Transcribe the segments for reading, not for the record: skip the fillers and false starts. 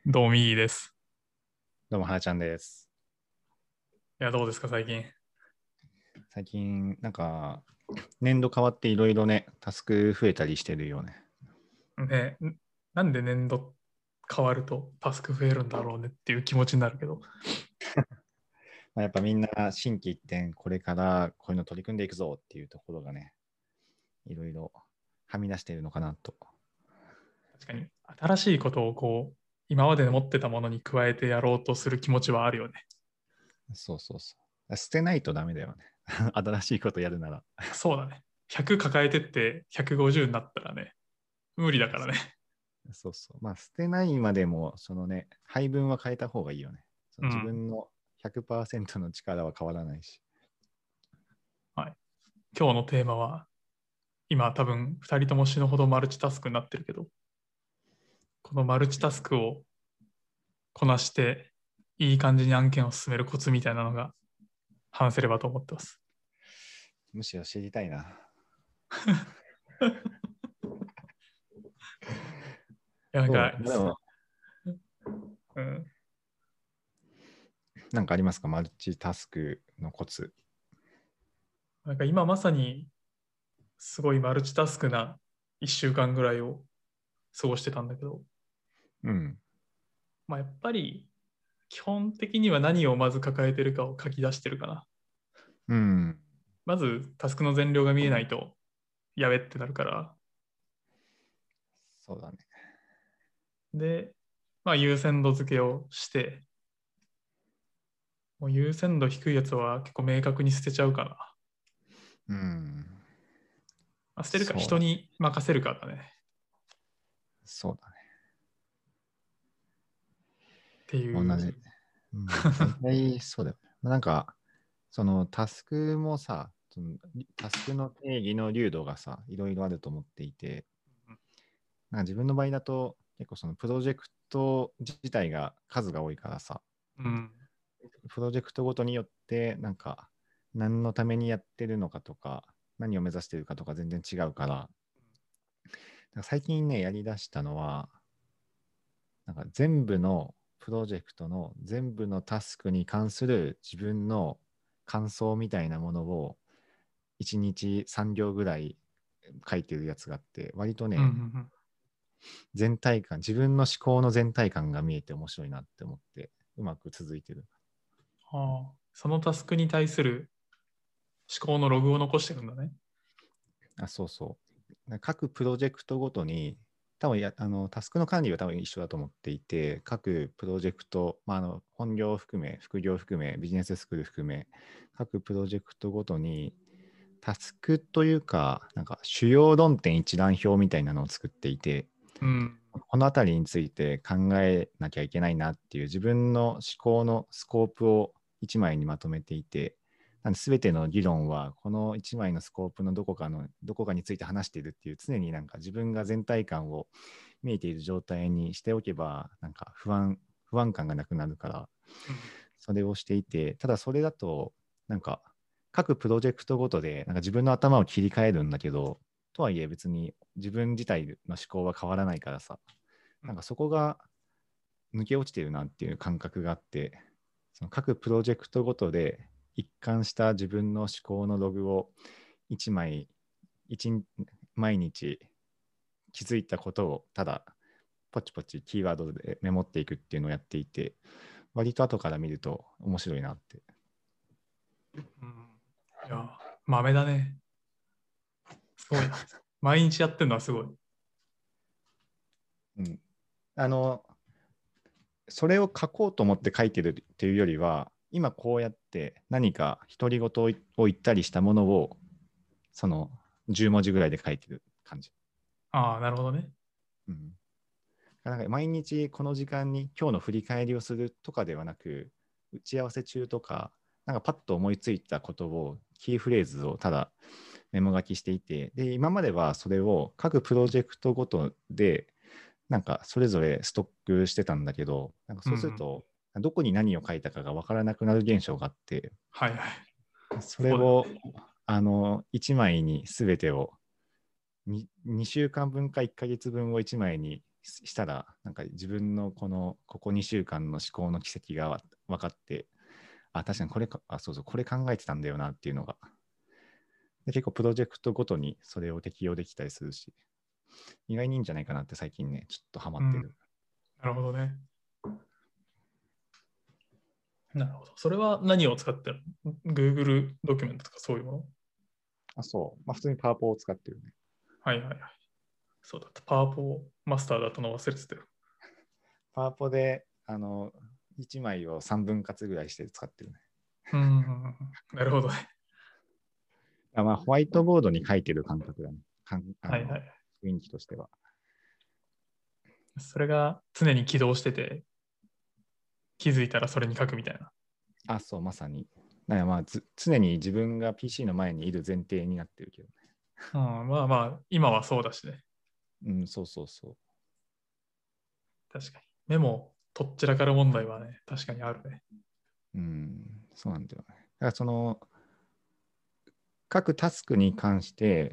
どうもいいです。 どうも、はなちゃんです。 いや、どうですか、最近。 最近、年度変わっていろいろね、タスク増えたりしてるよね。 ね、なんで年度変わるとタスク増えるんだろうねっていう気持ちになるけど。 やっぱみんな心機一転、これからこういうの取り組んでいくぞっていうところがね、いろいろはみ出しているのかなと。 確かに、新しいことを今まで持ってたものに加えてやろうとする気持ちはあるよね。 そうそうそう。捨てないとダメだよね。新しいことやるなら。 そうだね。100抱えてって150になったらね、無理だからね。 そうそう。まあ、捨てないまでも、そのね、配分は変えた方がいいよね。その自うん。 分の100%の力は変わらないし。 はい。今日のテーマは、今多分2人とも死ぬほどマルチタスクになってるけど、このマルチタスクをこなして、いい感じに案件を進めるコツみたいなのが話せればと思ってます。 むしろ知りたいな。 や、なんか、 そう。でも、 うん、 なんかありますか？マルチタスクのコツ。 なんか今まさにすごいマルチタスクな1週間ぐらいを過ごしてたんだけど、 うん。 まあ、やっぱり基本的には何をまず抱えてるかを書き出してるかな。 うん。 まずタスクの全量が見えないとやべってなるから、 そうだね。 で、まあ、優先度付けをして、もう優先度低いやつは結構明確に捨てちゃうかな。 うん。 まあ、捨てるかそうだ。 人に任せるかだね。 そうだね。 って同いう。 じ。うん。大体そうだよね。そのタスクもさ、そのタスクの定義の流度がさ、いろいろあると思っていて、自分の場合だと、結構そのプロジェクト自体が数が多いからさ、 うん。 プロジェクトごとによって、何のためにやってるのかとか、何を目指してるかとか全然違うから、最近ね、やりだしたのは、全部のプロジェクトの全部のタスクに関する自分の感想みたいなものを1日3行ぐらい書いてるやつがあって、割とうんうんうね、 ん。 全体感、自分の思考の全体感が見えて面白いなって思って、うまく続いてる。 ああ、そのタスクに対する思考のログを残してるんだね。 あ、そうそう。各プロジェクトごとに、多分タスクの管理は多分一緒だと思っていて、各プロジェクト、本業を含め、副業を含め、ビジネススクール含め、各プロジェクトごとに、タスクというか、主要論点一覧表みたいなのを作っていて、 うん。 このあたりについて考えなきゃいけないなっていう自分の思考のスコープを一枚にまとめていて、全ての議論はこの一枚のスコープのどこかについて話しているっていう、常に自分が全体感を見えている状態にしておけば、不安感がなくなるから、 うん。 それをしていて、ただそれだと、なんか各プロジェクトごとで自分の頭を切り替えるんだけど、とはいえ別に自分自体の思考は変わらないからさ、 うん。 そこが抜け落ちてるなっていう感覚があって、その各プロジェクトごとで一貫した自分の思考のログを1枚、毎日気づいたことをただポチポチキーワードでメモっていくっていうのをやっていて、割と後から見ると面白いなって。 うん。いや、豆だね。すごいな。毎日やってるのはすごい。 うん、あの、それを書こうと思って書いてるっていうよりは、今こうやって何か独り言を言ったりしたものをその10文字ぐらいで書いてる感じ。 ああ、なるほどね。 うん、毎日この時間に今日の振り返りをするとかではなく、打ち合わせ中とか、パッと思いついたことを、キーフレーズをただメモ書きしていて、で、今まではそれを各プロジェクトごとで、それぞれストックしてたんだけど、そうするうん。 と、どこに何を書いたかがわからなくなる現象があって、 はいはい。 それをそうだよね。 1枚に全てを2週間分か1ヶ月分を1枚にしたら、なんか自分のここ2週間の思考の軌跡が分かって、確かにこれか、そうそう、これ考えてたんだよなっていうのが。で結構プロジェクトごとにそれを適用できたりするし、意外にいいんじゃないかなって最近ね、ちょっとハマってる。 なるほどね。なるほど。それは何を使ってるの？ Google ドキュメントとかそういうもの？ そう。普通にパワポを使ってるね。 はいはいはい。そうだった。パワポマスターだったの忘れてたよ。 パワポで、1枚を3分割ぐらいして使ってるね。 なるほどね。 ホワイトボードに書いてる感覚だね。 はいはい。 雰囲気としては。 それが常に起動してて、気づいたらそれに書くみたいな。 そう、まさに。だから常に自分が PC の前にいる前提になってるけどね。 まあまあ、今はそうだしね。 そうそうそう。 確かに。メモ、とっちらかる問題はね、確かにあるね。 そうなんだよね。だから各タスクに関して、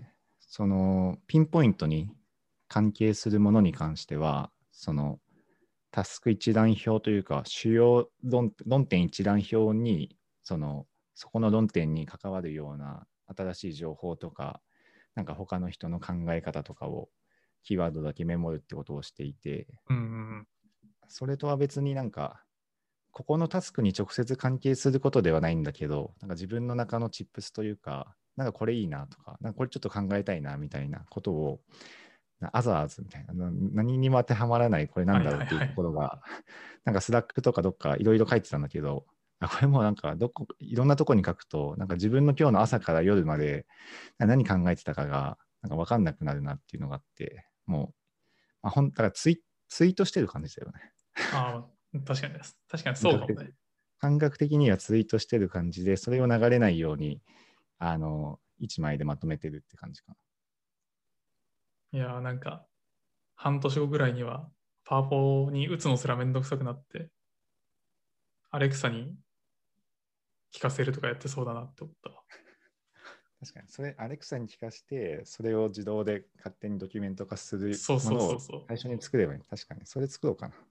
ピンポイントに関係するものに関しては、タスク一覧表というか、主要論点一覧表に、そこの論点に関わるような新しい情報とか、なんか他の人の考え方とかをキーワードだけメモるってことをしていて、それとは別になんか、ここのタスクに直接関係することではないんだけど、なんか自分の中のチップスというか、なんかこれいいなとか、なんかこれちょっと考えたいなみたいなことを、アザーズみたいな、何にも当てはまらないこれなんだろうっていうところが、なんかスラックとかどっかいろいろ書いてたんだけど、これもなんかいろんなとこに書くと、なんか自分の今日の朝から夜まで何考えてたかがなんか分かんなくなるなっていうのがあって、もう、だからツイートしてる感じだよね。 確かにです。確かにそうかもね。 感覚的にはツイートしてる感じで、それを流れないように、一枚でまとめてるって感じかいやなんか、半年後ぐらいには、パワポに打つのすらめんどくさくなって、アレクサに聞かせるとかやってそうだなって思ったわ。 確かに、それ、アレクサに聞かせて、それを自動で勝手にドキュメント化するそうものをそうそうそう。 最初に作ればいい。確かに、それ作ろうかな。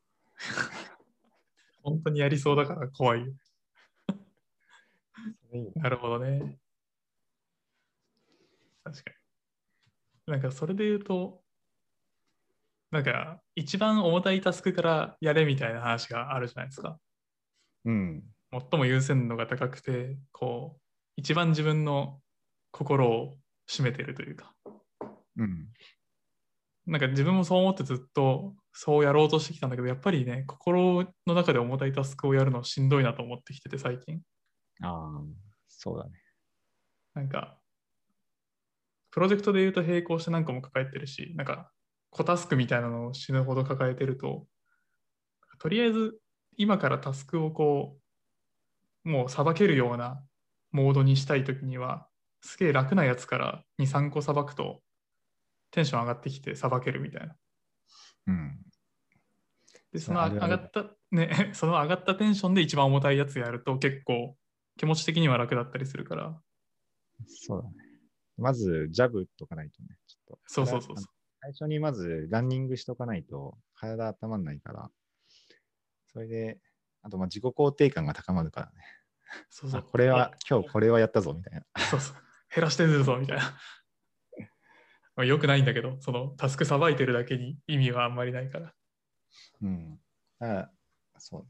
本当にやりそうだから怖いよ。 それいいね。 なるほどね。確かに。なんかそれで言うと、なんか一番重たいタスクからやれみたいな話があるじゃないですか。 うん。 最も優先度が高くて、一番自分の心を占めてるというか。 うん。 なんか自分もそう思ってずっとそうやろうとしてきたんだけど、やっぱりね、心の中で重たいタスクをやるのしんどいなと思ってきてて、最近。 そうだね。 なんか、プロジェクトで言うと並行して何個も抱えてるし、なんか、小タスクみたいなのを死ぬほど抱えてると、とりあえず今からタスクをもうさばけるようなモードにしたいときには、すげえ楽なやつから2、3個さばくとテンション上がってきてさばけるみたいな。 うん。 で、 それあるある。 その上がったテンションで一番重たいやつやると結構気持ち的には楽だったりするから。 そうだね。まず、ジャブとかないとね、ちょっとそうそうそうそう。 最初にまずランニングしとかないと体温まんないから、それで、あと自己肯定感が高まるからね。 そうそう。 今日これはやったぞみたいな。 そうそう。減らしてるぞみたいな。まあ、よくないんだけど、そのタスクさばいてるだけに意味はあんまりないから。 うん。だから、そうね。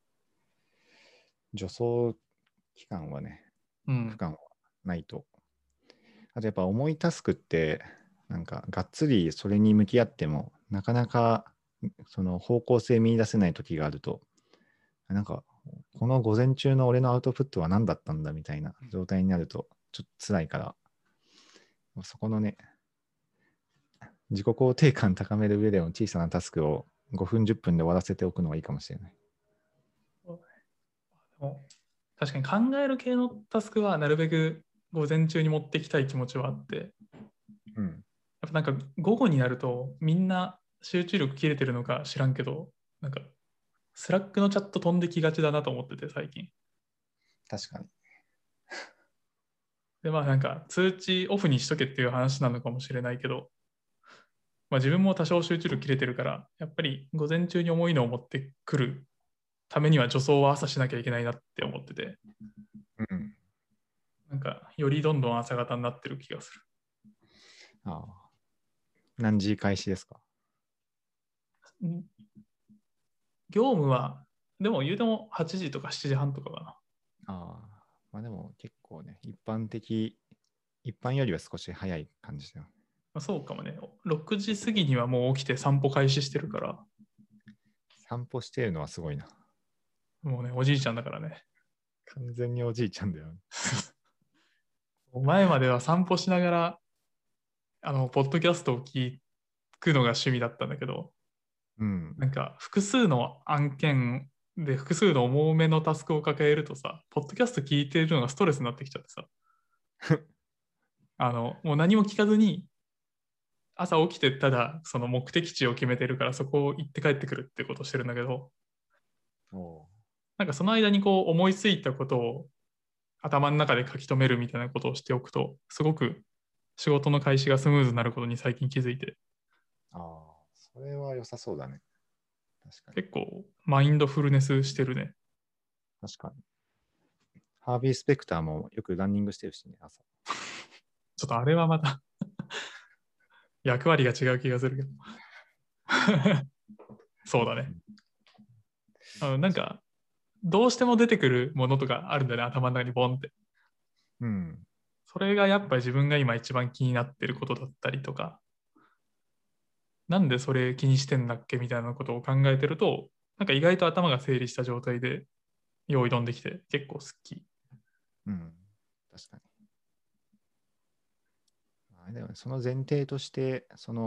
助走期間はね、 うん。 区間はないと。あとやっぱ重いタスクって、なんかがっつりそれに向き合っても、なかなかその方向性見出せない時があると、なんかこの午前中の俺のアウトプットは何だったんだみたいな状態になると、ちょっと辛いから、そこのね、自己肯定感高める上での小さなタスクを5分、10分で終わらせておくのがいいかもしれない。 でも確かに考える系のタスクはなるべく午前中に持っていきたい気持ちはあって、 うん。 やっぱなんか午後になるとみんな集中力切れてるのか知らんけど、なんかスラックのチャット飛んできがちだなと思ってて最近。 確かに。 でまあなんか通知オフにしとけっていう話なのかもしれないけど、 まあ、自分も多少集中力切れてるから、やっぱり午前中に重いのを持ってくるためには助走は朝しなきゃいけないなって思ってて、 うん。 なんかよりどんどん朝方になってる気がする。 ああ。何時開始ですか？ 業務は、でも言うても8時とか7時半とかかな。 ああ。まあでも結構ね、一般よりは少し早い感じだよ。 まあ、そうかもね。6時過ぎにはもう起きて散歩開始してるから、 散歩してるのはすごいな。 もうね、おじいちゃんだからね。 完全におじいちゃんだよ。 前までは散歩しながら、ポッドキャストを聞くのが趣味だったんだけど、 うん。 なんか複数の案件で複数の重めのタスクを抱えるとさ、ポッドキャスト聞いてるのがストレスになってきちゃってさ、もう何も聞かずに、朝起きてただその目的地を決めてるからそこを行って帰ってくるってことをしてるんだけど、 おう。 なんかその間にこう思いついたことを頭の中で書き留めるみたいなことをしておくと、すごく仕事の開始がスムーズになることに最近気づいて、 ああ、それは良さそうだね。確かに。 結構マインドフルネスしてるね。 確かに。ハービー・スペクターもよくランニングしてるしね、朝。 ちょっとあれはまた役割が違う気がするけど。そうだね。なんか、どうしても出てくるものとかあるんだよね、頭の中にボンって。 うん。 それがやっぱり自分が今一番気になってることだったりとか、なんでそれ気にしてんだっけみたいなことを考えてると、なんか意外と頭が整理した状態で用意どんできて結構好き。 うん。確かに。あれだよね、その前提として、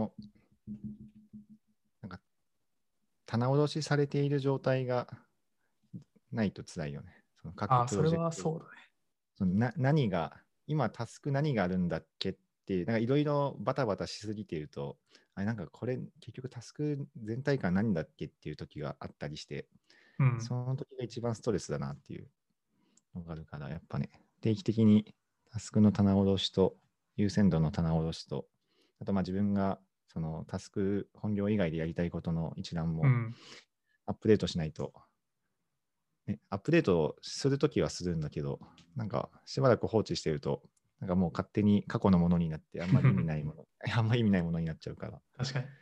なんか、棚卸しされている状態がないと辛いよね。その各ああ、それプロジェクト。 はそうだね。 何が、今タスク何があるんだっけっていう、なんかいろいろバタバタしすぎていると、あれなんかこれ結局タスク全体感何だっけっていう時があったりして、 うん。 その時が一番ストレスだなっていうのがあるから、やっぱね、定期的にタスクの棚卸しと優先度の棚卸しと、あとまあ自分がそのタスク本業以外でやりたいことの一覧もうん。 アップデートしないと、ね、アップデートするときはするんだけど、なんかしばらく放置してると、なんかもう勝手に過去のものになって、あんまり意味ないもの、あんまり意味ないものになっちゃうから。 確かに。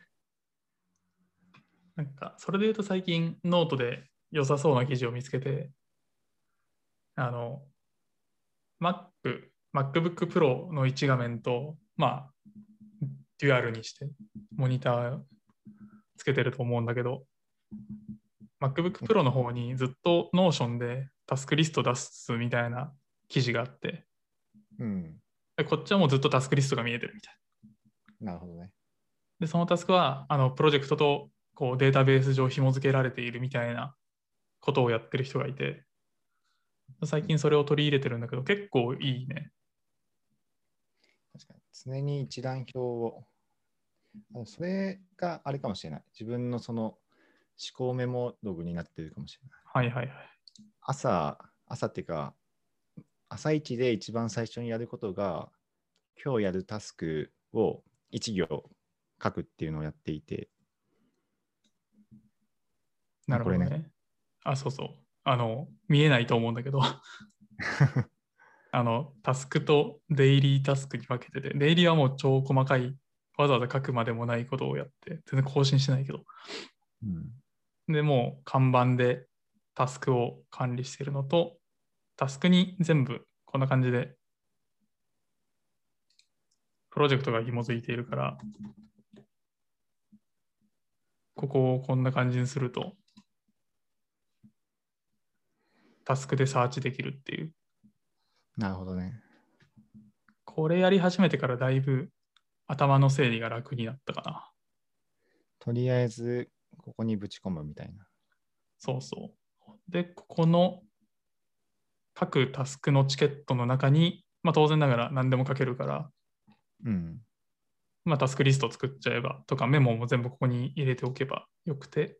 なんか、それで言うと最近ノートで良さそうな記事を見つけて、あの、MacBook Pro の1画面と、まあ、デュアルにしてモニターつけてると思うんだけど、MacBook Pro の方にずっと Notion でタスクリスト出すみたいな記事があって、 うん。 でこっちはもうずっとタスクリストが見えてるみたいなるほどね。 で、そのタスクはプロジェクトとこうデータベース上紐付けられているみたいなことをやってる人がいて、最近それを取り入れてるんだけど、結構いいね。 確かに。常に一覧表を、それがあれかもしれない。自分のその思考メモログになってるかもしれない。 はいはいはい。 朝っていうか、朝一で一番最初にやることが、今日やるタスクを1行書くっていうのをやっていて、 なるこれね、 ほどね。あ、そうそう。見えないと思うんだけど、タスクとデイリータスクに分けてて、デイリーはもう超細かい、わざわざ書くまでもないことをやって、全然更新してないけど、 うん、 で、もう看板でタスクを管理しているのと、タスクに全部こんな感じでプロジェクトが紐づいているから、ここをこんな感じにすると、タスクでサーチできるっていう。 なるほどね。 これやり始めてからだいぶ頭の整理が楽になったかな。 とりあえず、ここにぶち込むみたいな。 そうそう。で、ここの各タスクのチケットの中に、まあ、当然ながら何でも書けるから、 うん。 まあ、タスクリスト作っちゃえばとか、メモも全部ここに入れておけばよくて、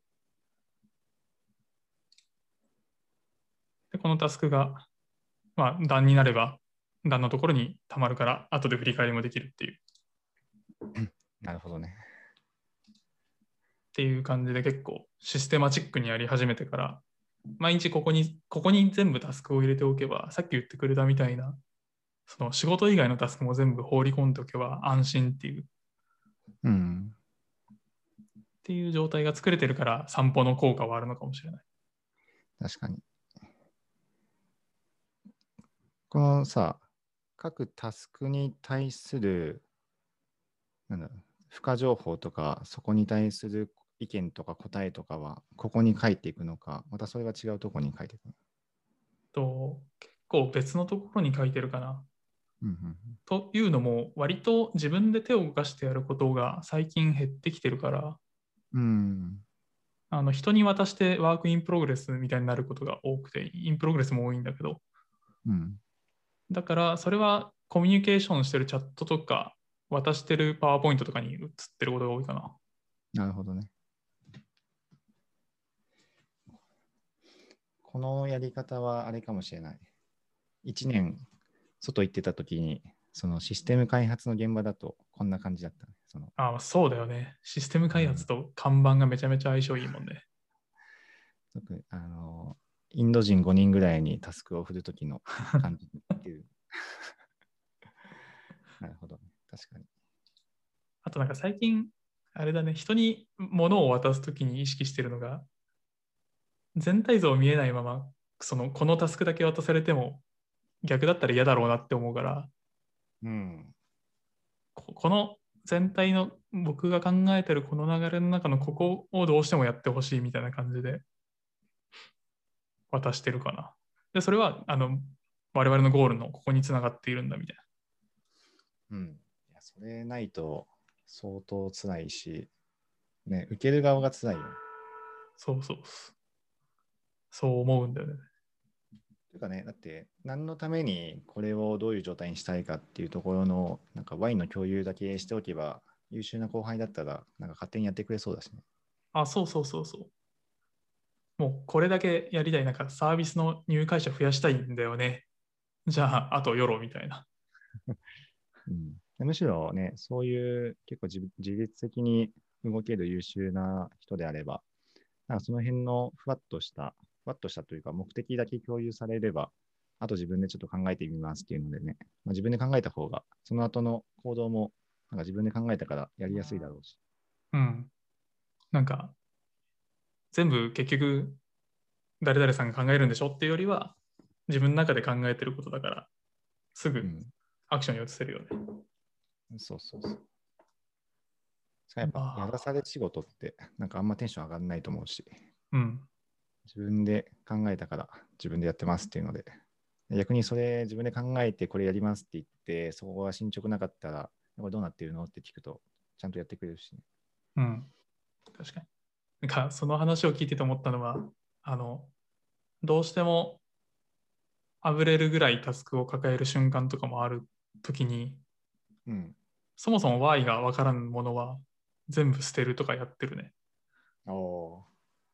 でこのタスクが、まあ、段になれば、段のところに溜まるから、後で振り返りもできるっていう。 なるほどね。 っていう感じで結構システマチックにやり始めてから、毎日ここに全部タスクを入れておけば、さっき言ってくれたみたいな、その仕事以外のタスクも全部放り込んでおけば安心うん。 っていう状態が作れてるから散歩の効果はあるのかもしれない。 確かに。このさ、各タスクに対する、なんだろう、付加情報とか、そこに対する意見とか答えとかは、ここに書いていくのか、またそれが違うところに書いていくのか。 結構別のところに書いてるかな。 うんうんというのも、割と自分で手を動かしてやることが最近減ってきてるから、 うん。 人に渡してワークインプログレスみたいになることが多くて、インプログレスも多いんだけど、 うん。 だからそれはコミュニケーションしてるチャットとか、渡してるパワーポイントとかに映ってることが多いかな。 なるほどね。このやり方はあれかもしれない。1年外行ってた時に、そのシステム開発の現場だとこんな感じだったね。 そうだよね。システム開発と看板がめちゃめちゃ相性いいもんね。 特にインド人5人ぐらいにタスクを振る時の感じっていう。なるほどね。確かに。 あとなんか最近、あれだね、人に物を渡すときに意識してるのが、全体像見えないまま、このタスクだけ渡されても逆だったら嫌だろうなって思うから、 うん。 この全体の僕が考えてるこの流れの中のここをどうしてもやってほしいみたいな感じで渡してるかな。で、それは我々のゴールのここにつながっているんだみたいな。 うん。いや、それないと相当辛いし、ね、受ける側が辛いよね。 そうそう。そう思うんだよね。 というかね、だって何のためにこれをどういう状態にしたいかっていうところの、なんか Y の共有だけしておけば、優秀な後輩だったら、なんか勝手にやってくれそうだしね。 そうそうそうそう。もうこれだけやりたい、なんかサービスの入会者増やしたいんだよね。じゃあ、あとよろみたいな。 うん、むしろね、そういう結構自律的に動ける優秀な人であれば、なんかその辺のふわっとしたというか、目的だけ共有されれば、あと自分でちょっと考えてみますっていうのでね、自分で考えた方が、その後の行動もなんか自分で考えたからやりやすいだろうし。 うん。なんか、全部結局、誰々さんが考えるんでしょっていうよりは、自分の中で考えてることだから、すぐうん。 アクションに移せるよね。 そうそうそう。やっぱ、やらあされ仕事って、なんかあんまテンション上がらないと思うし、 うん。 自分で考えたから自分でやってますっていうので、逆にそれ自分で考えてこれやりますって言って、そこが進捗なかったら、これどうなってるのって聞くと、ちゃんとやってくれるしね。 うん。確かに。なんか、その話を聞いてて思ったのは、あの、どうしてもあぶれるぐらいタスクを抱える瞬間とかもあるときに、 うん。 そもそも Y がわからんものは全部捨てるとかやってるね。 おお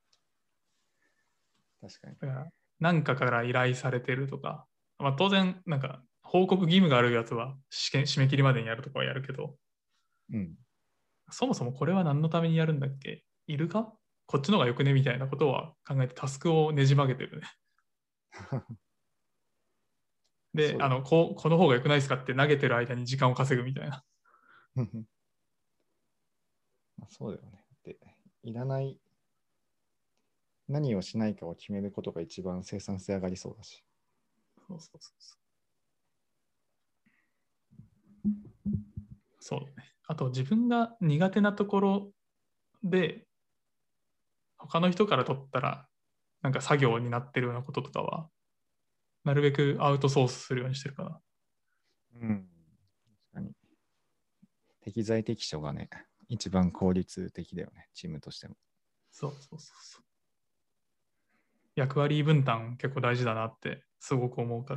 ー、確かに。 だから何かから依頼されてるとか、当然、なんか報告義務があるやつは締め切りまでにやるとかはやるけど、 うん。 そもそもこれは何のためにやるんだっけ、いるか、こっちの方がよくねみたいなことは考えてタスクをねじ曲げてるね。で、 そうだよ。 この方がよくないですかって投げてる間に時間を稼ぐみたいな。 そうだよね。で、いらない、何をしないかを決めることが一番生産性上がりそうだし。 そうそうそうそう。そうね。あと自分が苦手なところで他の人から取ったらなんか作業になってるようなこととかはなるべくアウトソースするようにしてるかな。 うん。確かに。適材適所がね、一番効率的だよね、チームとしても。 そうそうそうそう。役割分担結構大事だなってすごく思うから。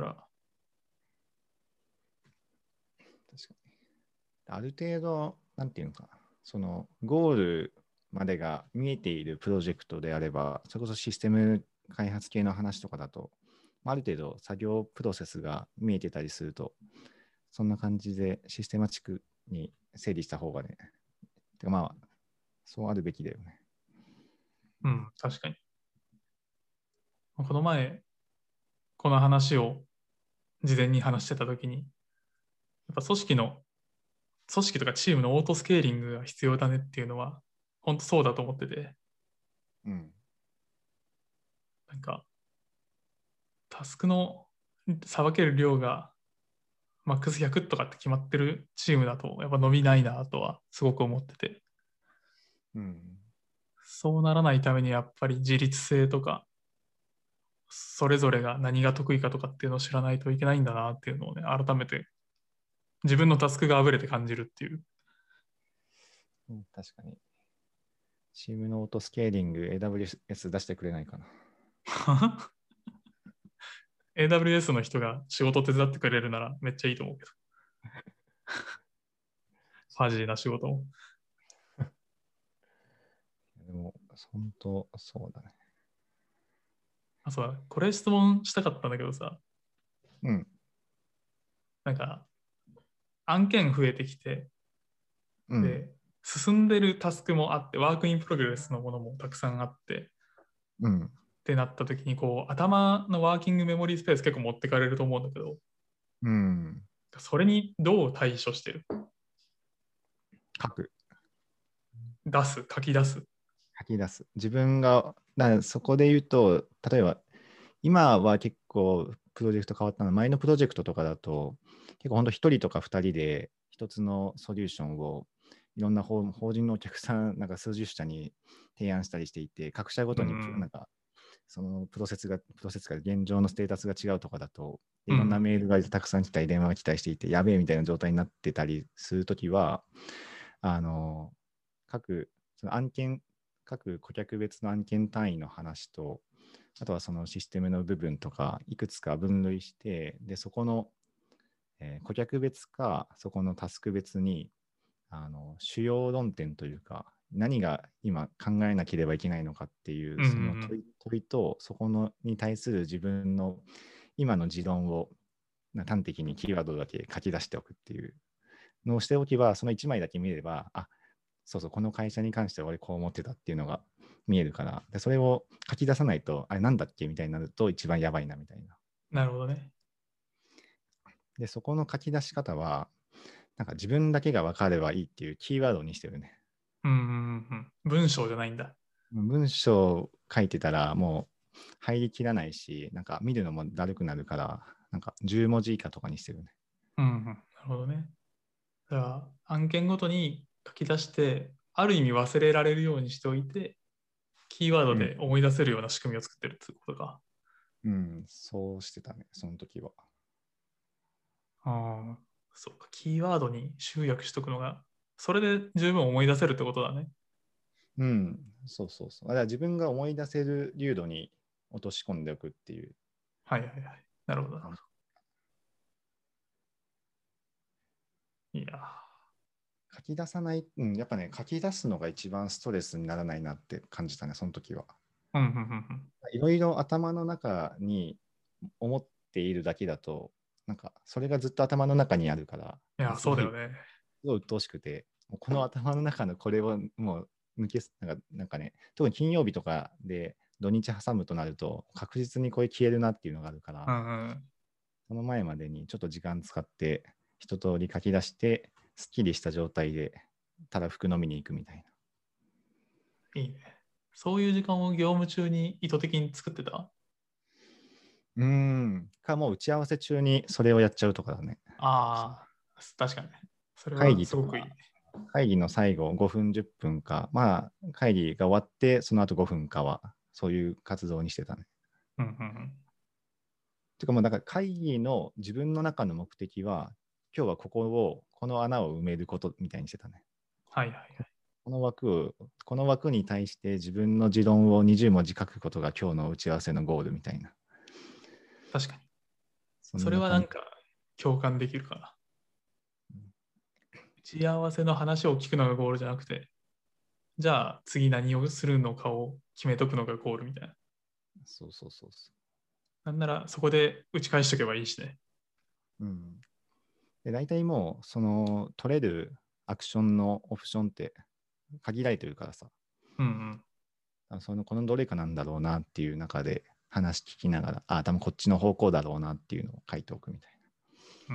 確かに。ある程度、なんていうのかな、そのゴールまでが見えているプロジェクトであれば、それこそシステム開発系の話とかだと、ある程度作業プロセスが見えてたりすると、そんな感じでシステマチックに整理した方がね、てかそうあるべきだよね。 うん、確かに。この前、この話を事前に話してたときに、やっぱ組織とかチームのオートスケーリングが必要だねっていうのは、本当そうだと思ってて、 うん。 なんか、タスクのさばける量がマックス100とかって決まってるチームだと、やっぱ伸びないなとはすごく思ってて、 うん。 そうならないためにやっぱり自律性とか、それぞれが何が得意かとかっていうのを知らないといけないんだなっていうのをね、改めて自分のタスクがあぶれて感じるっていう。 うん、確かに。チームのオートスケーリング、AWS 出してくれないかな。 AWS の人が仕事手伝ってくれるならめっちゃいいと思うけど、ファジーな仕事も。 でも、本当、そうだね。 あ、そうだ、これ質問したかったんだけどさ、 うん。 なんか案件増えてきて、 うん。 で、進んでるタスクもあって、ワークインプログレスのものもたくさんあって、 うん。 ってなった時に、こう、頭のワーキングメモリースペース結構持ってかれると思うんだけど、 うん。 それにどう対処してる？ 書く。 書き出す。 書き出す。自分が、そこで言うと、例えば、今は結構プロジェクト変わったの、前のプロジェクトとかだと、結構本当1人とか2人で一つのソリューションをいろんな法人のお客さん、なんか数十社に提案したりしていて、各社ごとになんかそのプロセスが現状のステータスが違うとかだと、いろんなメールがたくさん来たり、電話が来たりしていて、やべえみたいな状態になってたりするときは、あの、各、その案件、各顧客別の案件単位の話と、あとはそのシステムの部分とか、いくつか分類して、で、そこの、顧客別か、そこのタスク別に、主要論点というか、何が今考えなければいけないのかっていう、その問いと、そこのに対する自分の今の持論を端的にキーワードだけ書き出しておくっていうのをしておけば、その1枚だけ見れば、あ、そうそう、この会社に関しては俺こう思ってたっていうのが見えるから、でそれを書き出さないと、あれなんだっけみたいになると一番やばいなみたいな。 なるほどね。 で、そこの書き出し方は、なんか自分だけが分かればいいっていうキーワードにしてるね。 文章じゃないんだ。 文章書いてたらもう入りきらないし、なんか見るのもだるくなるから、なんか10文字以下とかにしてるね。 なるほどね。だから案件ごとに書き出して、ある意味忘れられるようにしておいて、キーワードうん。 で思い出せるような仕組みを作ってるってことか。 うん、そうしてたね、その時は。 ああ、そうか。キーワードに集約しとくのが、それで十分思い出せるってことだね。 うん、そうそうそう。だから自分が思い出せる流度に落とし込んでおくっていうはいはいはい。なるほど、なるほ感じ。 ど。いやー、 書き出さない、うん、やっぱね、書き出すのが一番ストレスにならないなって感じたね、その時は。 うん。 いろいろ頭の中に思っているだけだと、なんかそれがずっと頭の中にあるから、 いや、 すごい、 そうだよね。 すごい鬱陶しくて、もうこの頭の中のこれをもうなんかね、特に金曜日とかで土日挟むとなると、確実にこれ消えるなっていうのがあるから、 うん。 その前までにちょっと時間使って、一通り書き出して、すっきりした状態で、ただ服飲みに行くみたいな。 いいね。そういう時間を業務中に意図的に作ってた？ もう打ち合わせ中にそれをやっちゃうとかだね。 ああ、確かにね。それ会は議とか、 すごくいいね。 会議の最後5分、10分か、まあ、会議が終わって、その後5分かは、そういう活動にしてたね。 うん。 てかもう、だから会議の自分の中の目的は、今日はこの穴を埋めることみたいにしてたね。 はいはいはい。 この枠を、この枠に対して自分の持論を20文字書くことが今日の打ち合わせのゴールみたいな。 確かに。そそんな感じ。 れはなんか共感できるかな。打ち合わせの話を聞くのがゴールじゃなくて、じゃあ次何をするのかを決めとくのがゴールみたいな。 そうそうそうそなんならそこで打ち返しとけばいいしね。 う。うん。で、大体もう、その、取れるアクションのオプションって限られてるからさ。 うん。 このどれかなんだろうなっていう中で話聞きながら、多分こっちの方向だろうなっていうのを書いておくみたいな。 うん、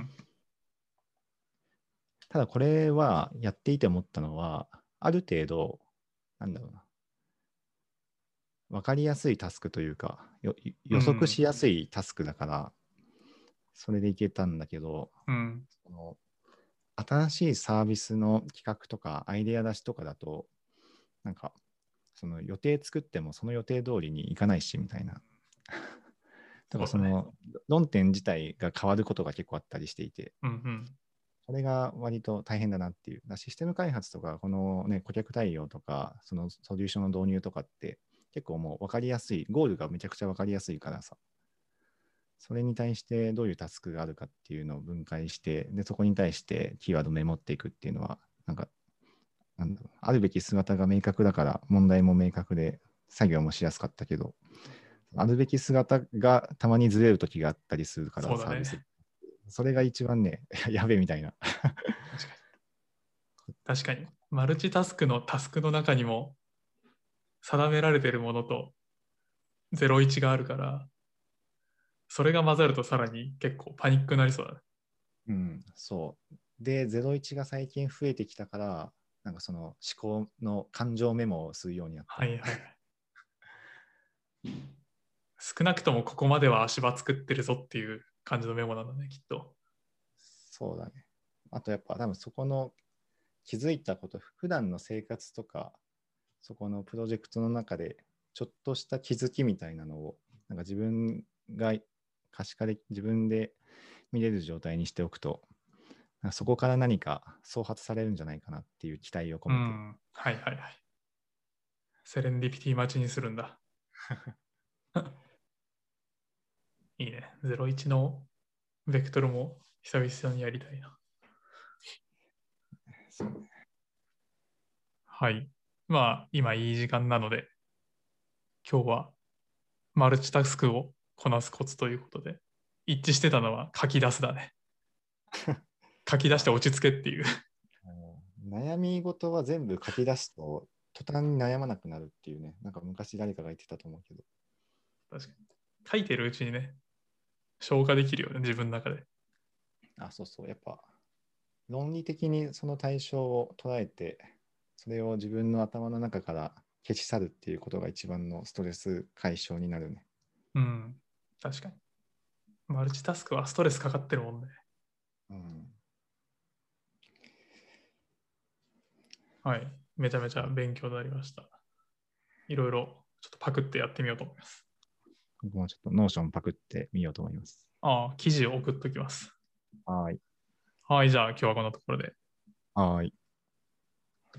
ただこれはやっていて思ったのは、ある程度、なんだろうな、分かりやすいタスクというか、予測しやすいタスクだから、それでいけたんだけど、 うん、 その新しいサービスの企画とかアイデア出しとかだと、なんか、その予定作ってもその予定通りにいかないしみたいな。だからその論点自体が変わることが結構あったりしていて、 うんうん、 それが割と大変だなっていう。システム開発とか、このね、顧客対応とか、そのソリューションの導入とかって、結構もう分かりやすい、ゴールがめちゃくちゃ分かりやすいからさ、それに対してどういうタスクがあるかっていうのを分解して、で、そこに対してキーワードをメモっていくっていうのは、なんだろう、あるべき姿が明確だから問題も明確で作業もしやすかったけど、あるべき姿がたまにずれる時があったりするから、 そうだね。 サービス。それが一番ね、やべえみたいな。 確かに。マルチタスクのタスクの中にも定められているものと01があるから、それが混ざるとさらに結構パニックになりそうだね。 うん、そう。で、01が最近増えてきたから、なんかその思考の感情メモをするようになった。 はいはいはい。少なくともここまでは足場作ってるぞっていう感じのメモなんだね、きっと。 そうだね。あとやっぱ多分そこの気づいたこと、普段の生活とか、そこのプロジェクトの中でちょっとした気づきみたいなのを、なんか自分が可視化で自分で見れる状態にしておくと、そこから何か創発されるんじゃないかなっていう期待を込めて。 うん。はいはいはい。セレンディピティ待ちにするんだ。いいね。01のベクトルも久々にやりたいな。 そうね。 はい。まあ、今いい時間なので、今日はマルチタスクをこなすコツということで、一致してたのは書き出すだね。書き出して落ち着けっていう。 悩み事は全部書き出すと途端に悩まなくなるっていうね、なんか昔誰かが言ってたと思うけど。 確かに。書いてるうちにね、消化できるよね、自分の中で。 そうそう、やっぱ論理的にその対象を捉えて、それを自分の頭の中から消し去るっていうことが一番のストレス解消になるね。 うん。確かに。マルチタスクはストレスかかってるもんね。 うん。 はい。めちゃめちゃ勉強になりました。いろいろちょっとパクってやってみようと思います。 僕もちょっとノーションパクってみようと思います。 記事を送っときます。 はい。 はい、じゃあ今日はこんなところで。 はい。